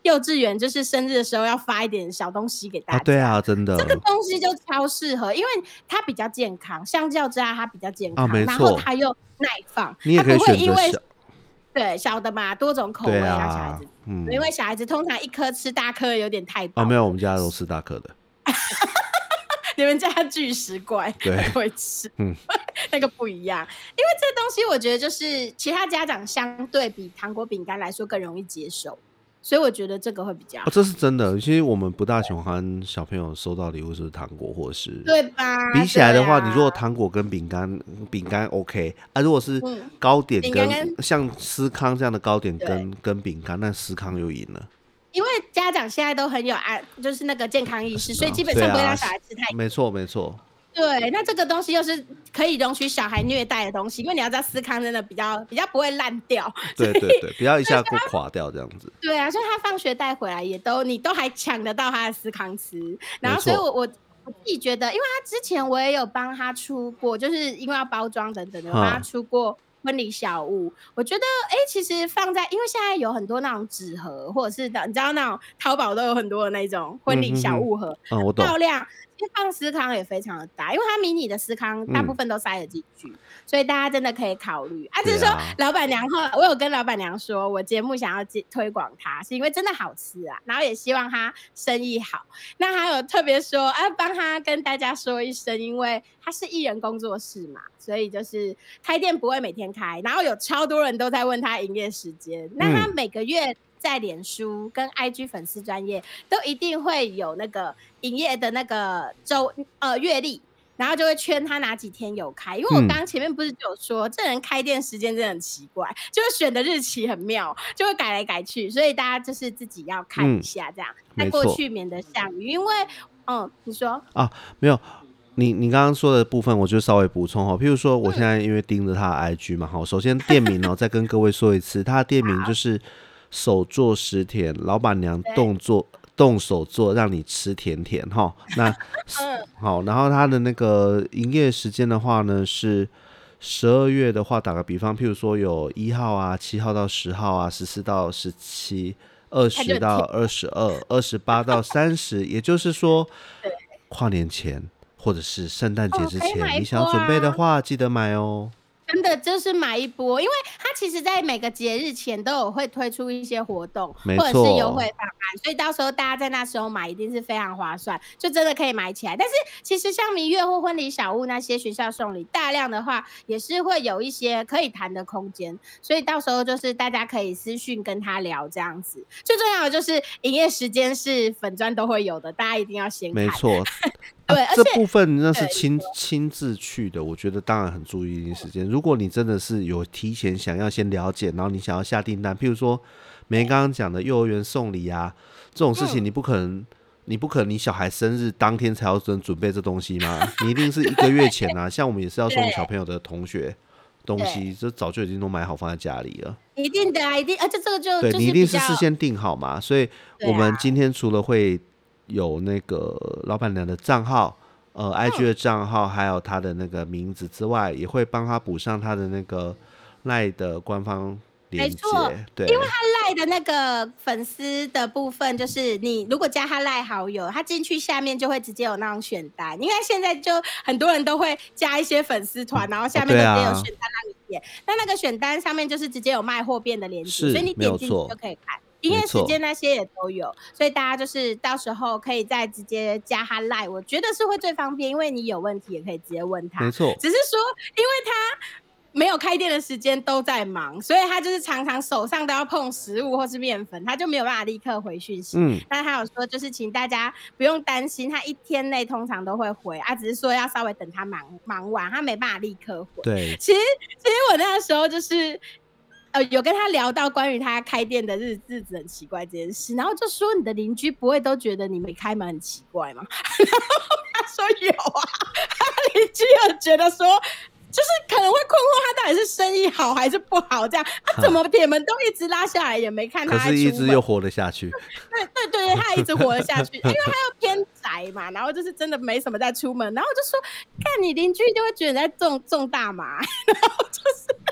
幼稚园就是生日的时候要发一点小东西给大家。 对啊，真的， 这个东西就超适合，因为它比较健康，相较之下它比较健康， 没错， 然后它又耐放， 你也可以选择小， 对，小的嘛，多种口味让小孩子，因为小孩子通常一颗吃大颗有点太饱。 没有，我们家都吃大颗的。 你们家巨食怪会吃，那个不一样，因为这东西我觉得就是其他家长相对比糖果饼干来说更容易接受，所以我觉得这个会比较好。 这是真的，其实我们不大喜欢小朋友收到礼物是糖果或是， 对吧？ 比起来的话，你如果糖果跟饼干 OK 啊，如果是糕点跟像司康这样的糕点跟饼干，那司康又赢了。 因为家长现在都很有就是那个健康意识，所以基本上不会让小孩吃太多。 没错没错。 对，那这个东西又是可以容许小孩虐待的东西，因为你要知道司康真的比较不会烂掉， 对，不要一下过垮掉这样子。 对啊，所以他放学带回来你都还抢得到他的司康吃，然后所以我自己觉得，因为他之前我也有帮他出过，就是因为要包装等等的，我帮他出过婚礼小物，我觉得其实放在，因为现在有很多那种纸盒，或者是你知道那种淘宝都有很多的那种婚礼小物盒， 我懂， 漂亮。其实放司康也非常的大，因为它迷你的司康大部分都塞得进去，所以大家真的可以考虑啊。就是说，老板娘我有跟老板娘说，我节目想要推广它，是因为真的好吃啊，然后也希望它生意好。那还有特别说帮他跟大家说一声，因为他是艺人工作室嘛，所以就是开店不会每天开，然后有超多人都在问他营业时间，那他每个月在脸书跟 IG 粉丝专页都一定会有那个营业的那个月历，然后就会圈他哪几天有开。因为我刚刚前面不是就有说，这人开店时间真的很奇怪，就是选的日期很妙，就会改来改去，所以大家就是自己要看一下这样，再过去免得下雨。因为你说没有。你刚刚说的部分，我就稍微补充譬如说，我现在因为盯着他的 IG 嘛，首先店名再跟各位说一次，他的店名就是手做食甜，老板娘动手做，让你吃甜甜那好，然后他的那个营业时间的话呢，是12月的话，打个比方，譬如说有1号啊、7号到10号啊、14到17、20到22、28到30，也就是说，跨年前或者是圣诞节之前，你想准备的话，记得买哦。 真的就是买一波，因为它其实在每个节日前都有会推出一些活动或者是优惠方案，所以到时候大家在那时候买一定是非常划算，就真的可以买起来。但是其实像蜜月或婚礼小物那些学校送礼大量的话，也是会有一些可以谈的空间，所以到时候就是大家可以私讯跟他聊这样子。最重要的就是营业时间是粉专都会有的，大家一定要先看。 没错。对，这部分那是亲自去的，我觉得当然很注意时间。如果你真的是有提前想要先了解，然后你想要下订单，譬如说梅刚刚讲的幼儿园送礼啊这种事情，你不可能你小孩生日当天才要准备这东西吗？你一定是1个月前啊。像我们也是要送小朋友的同学东西，这早就已经都买好放在家里了。 一定的啊，一定，而且这个就对，你一定是事先订好嘛。所以我们今天除了会有那个老板娘的账号IG 的账号，还有他的那个名字之外，也会帮他补上他的那个 LINE 的官方连结。对， 因为他 LINE 的那个粉丝的部分，就是你如果加他 LINE 好友，他进去下面就会直接有那种选单。因为现在就很多人都会加一些粉丝团，然后下面就直接有选单让你点。那个选单上面就是直接有卖货变的连结，所以你点进去就可以看。营业时间那些也都有，所以大家就是到时候可以再直接加他 LINE， 我觉得是会最方便，因为你有问题也可以直接问他。 没错， 只是说因为他没有开店的时间都在忙，所以他就是常常手上都要碰食物或是面粉，他就没有办法立刻回讯息。但他有说就是请大家不用担心，他1天内通常都会回只是说要稍微等他忙完，他没办法立刻回。 对， 其实我那时候就是有跟他聊到关于他开店的日子很奇怪这件事，然后就说你的邻居不会都觉得你没开门很奇怪吗？然后他说有啊，他邻居有觉得说就是可能会困惑他到底是生意好还是不好这样，怎么铁门都一直拉下来也没看他可是一直又活得下去。 对，他一直活得下去，因为他又偏宅嘛，然后就是真的没什么在出门，然后我就说看你邻居就会觉得你在种大麻，然后就是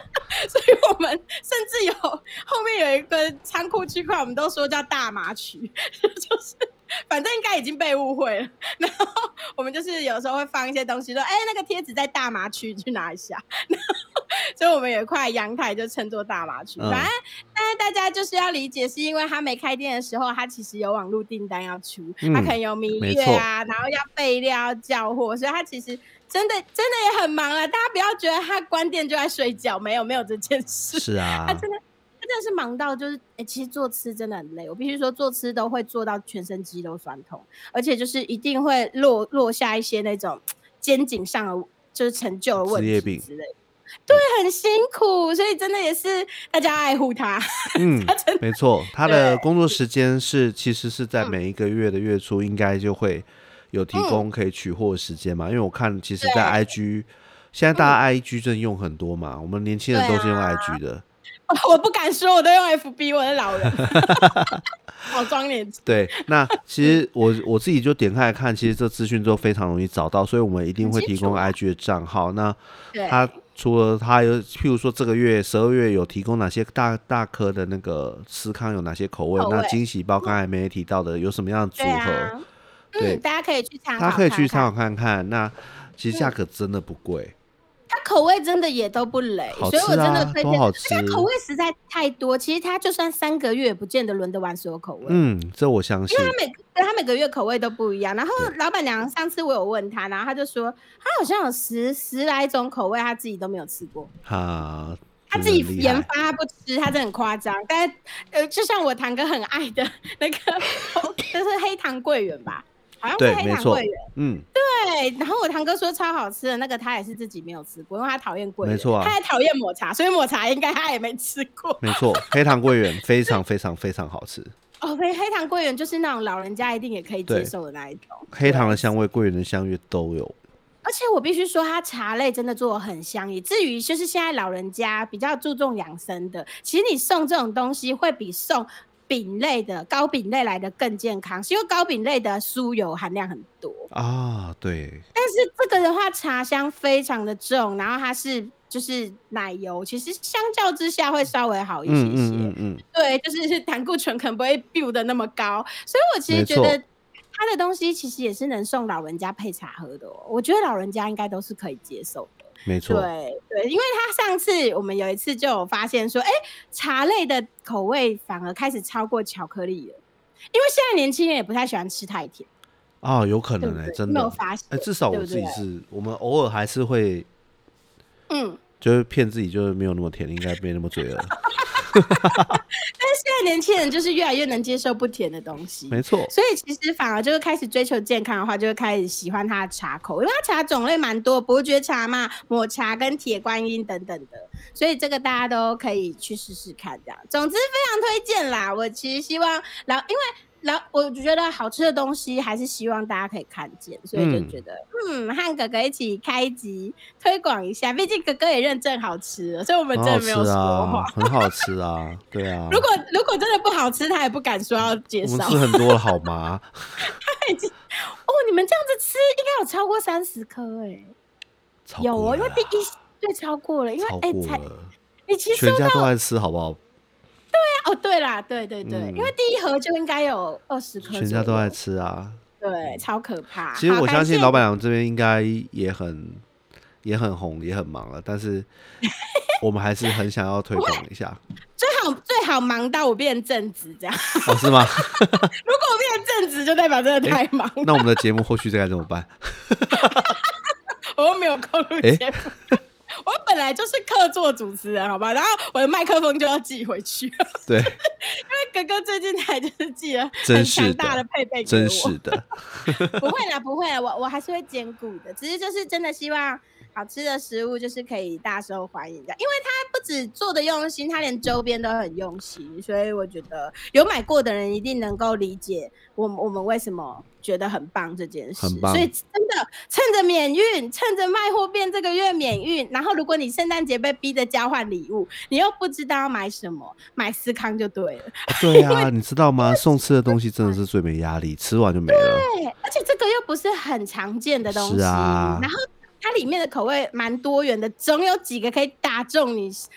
所以我们甚至后面有一个仓库区块，我们都说叫大麻区，就是反正应该已经被误会了。然后我们就是有时候会放一些东西，说那个贴纸在大麻区，去拿一下。所以我们有一块阳台就称作大麻区。反正但是大家就是要理解，是因为他没开店的时候，他其实有网络订单要出，他可能有蜜月啊，然后要备料要叫货，所以他其实真的也很忙啊。大家不要觉得他关店就在睡觉，没有这件事。 是啊， 他真的是忙到就是其实做吃真的很累。我必须说做吃都会做到全身肌肉酸痛，而且就是一定会落下一些那种肩颈上的就是成就的问题之类的。对，很辛苦，所以真的也是大家爱护他。 没错，他的工作时间其实是在每一个月的月初应该就会有提供可以取货的时间嘛。因为我看其实在 IG 现在大家 IG 真的用很多嘛，我们年轻人都是用 IG 的。 我不敢说，我都用 FB， 我是老人。好装年轻。 对，那其实我自己就点开来看，其实这资讯都非常容易找到，所以我们一定会提供 IG 的账号。那他除了他有，譬如说这个月12月有提供哪些大颗的那个司康有哪些口味，那惊喜包刚才没提到的有什么样的组合？ 对，大家可以去参考， 大家可以去参考看看。那其实价格真的不贵。 它口味真的也都不雷， 好吃啊， 所以我真的推荐。 好吃， 它口味实在太多，其实它就算3个月也不见得轮得完所有口味。 这我相信， 因为它每个月口味都不一样。然后老板娘上次我有问她，然后她就说她好像有十来种口味，她自己都没有吃过。她自己研发不吃，她真的很夸张。但就像我堂哥很爱的那个，就是黑糖桂圆吧。好像是黑糖桂圆，对。然后我堂哥说超好吃的那个，他也是自己没有吃过，因为他讨厌桂圆，没错，他还讨厌抹茶，所以抹茶应该他也没吃过。 没错，黑糖桂圆非常非常非常好吃。 黑糖桂圆就是那种老人家一定也可以接受的那一种， 黑糖的香味、桂圆的香味都有。 而且我必须说，它茶类真的做得很香。以至于就是现在老人家比较注重养生的，其实你送这种东西会比送饼类的高饼类来的更健康，是因为高饼类的酥油含量很多啊，对。 但是这个的话，茶香非常的重，然后它是就是奶油，其实相较之下会稍微好一些对，就是胆固醇可能不会 build 的那么高，所以我其实觉得它的东西其实也是能送老人家配茶喝的我觉得老人家应该都是可以接受的。 没错， 对，因为他上次我们有一次就有发现说，茶类的口味反而开始超过巧克力了，因为现在年轻人也不太喜欢吃太甜有可能真的， 没有发现至少我自己是，我们偶尔还是会，就是骗自己，就是没有那么甜，应该没那么罪恶。 但是现在年轻人就是越来越能接受不甜的东西， 没错。 所以其实反而就是开始追求健康的话，就会开始喜欢它的茶口，因为它茶种类蛮多，伯爵茶嘛、抹茶跟铁观音等等的，所以这个大家都可以去试试看。这样，总之非常推荐啦。我其实希望，因为我觉得好吃的东西还是希望大家可以看见，所以就觉得和哥哥一起开一集推广一下，毕竟哥哥也认证好吃了，所以我们真的没有说谎， 很好吃啊，对啊。 如果真的不好吃，他也不敢说要介绍。 我们吃很多了好吗？ 他已经你们这样子吃应该有超过30颗有因为第一对超过了，因为你其实全家都在吃好不好？ 对啊，对啦，对，因为第一盒就应该有20颗， 全家都在吃啊， 对，超可怕。 其实我相信老板娘这边应该也很红，也很忙了，但是我们还是很想要推广一下。 最好忙到我变正职这样。 是吗？ 如果我变正职，就代表真的太忙了。 那我们的节目后续该怎么办？ 我又没有空录节目。我本来就是客座主持人，好吧，然后我的麦克风就要寄回去。 对，因为哥哥最近才就是寄了很强大的配备给我。 真是的， 不会啦，我还是会兼顾的，只是就是真的希望好吃的食物就是可以大受欢迎的，因为他不止做的用心，他连周边都很用心，所以我觉得有买过的人一定能够理解我们为什么觉得很棒这件事。所以真的趁着免运，趁着卖货变这个月免运，然后如果你圣诞节被逼着交换礼物，你又不知道要买什么，买司康就对了。 对啊，你知道吗？送吃的东西真的是最没压力，吃完就没了。 对，而且这个又不是很常见的东西， 是啊， 然后它里面的口味蛮多元的，总有几个可以打中你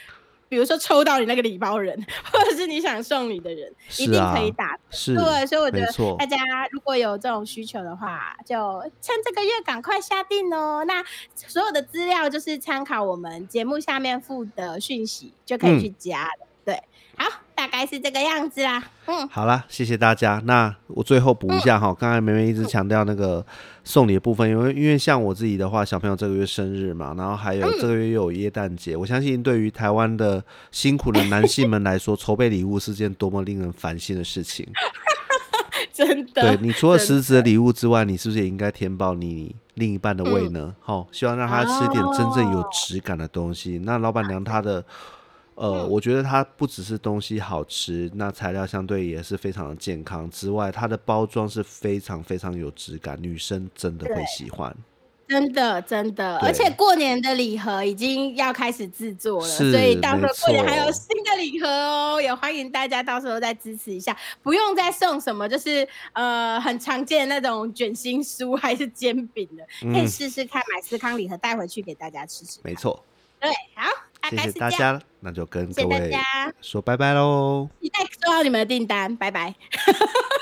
比如说抽到你那个礼包人，或者是你想送礼的人，一定可以打。 是， 对，所以我觉得大家如果有这种需求的话，就趁这个月赶快下定哦。那所有的资料就是参考我们节目下面附的讯息就可以去加了。对，好，大概是这个样子啦。 好啦，谢谢大家。那我最后补一下哈，刚才梅梅一直强调那个送礼的部分，因为像我自己的话，小朋友这个月生日嘛，然后还有这个月又有耶诞节，我相信对于台湾的辛苦的男性们来说，筹备礼物是件多么令人烦心的事情。 真的， 对，你除了实质的礼物之外，你是不是也应该填饱你另一半的胃呢？希望让他吃点真正有质感的东西。那老板娘她的我觉得它不只是东西好吃，那材料相对也是非常的健康之外，它的包装是非常非常有质感，女生真的会喜欢。 真的真的，而且过年的礼盒已经要开始制作了，所以到时候过年还有新的礼盒哦，也欢迎大家到时候再支持一下，不用再送什么就是很常见的那种卷心酥还是煎饼的，可以试试看买思康礼盒带回去给大家吃吃。 没错， 对，好， 谢谢大家，那就跟各位说拜拜喽， 期待收到你们的订单，拜拜。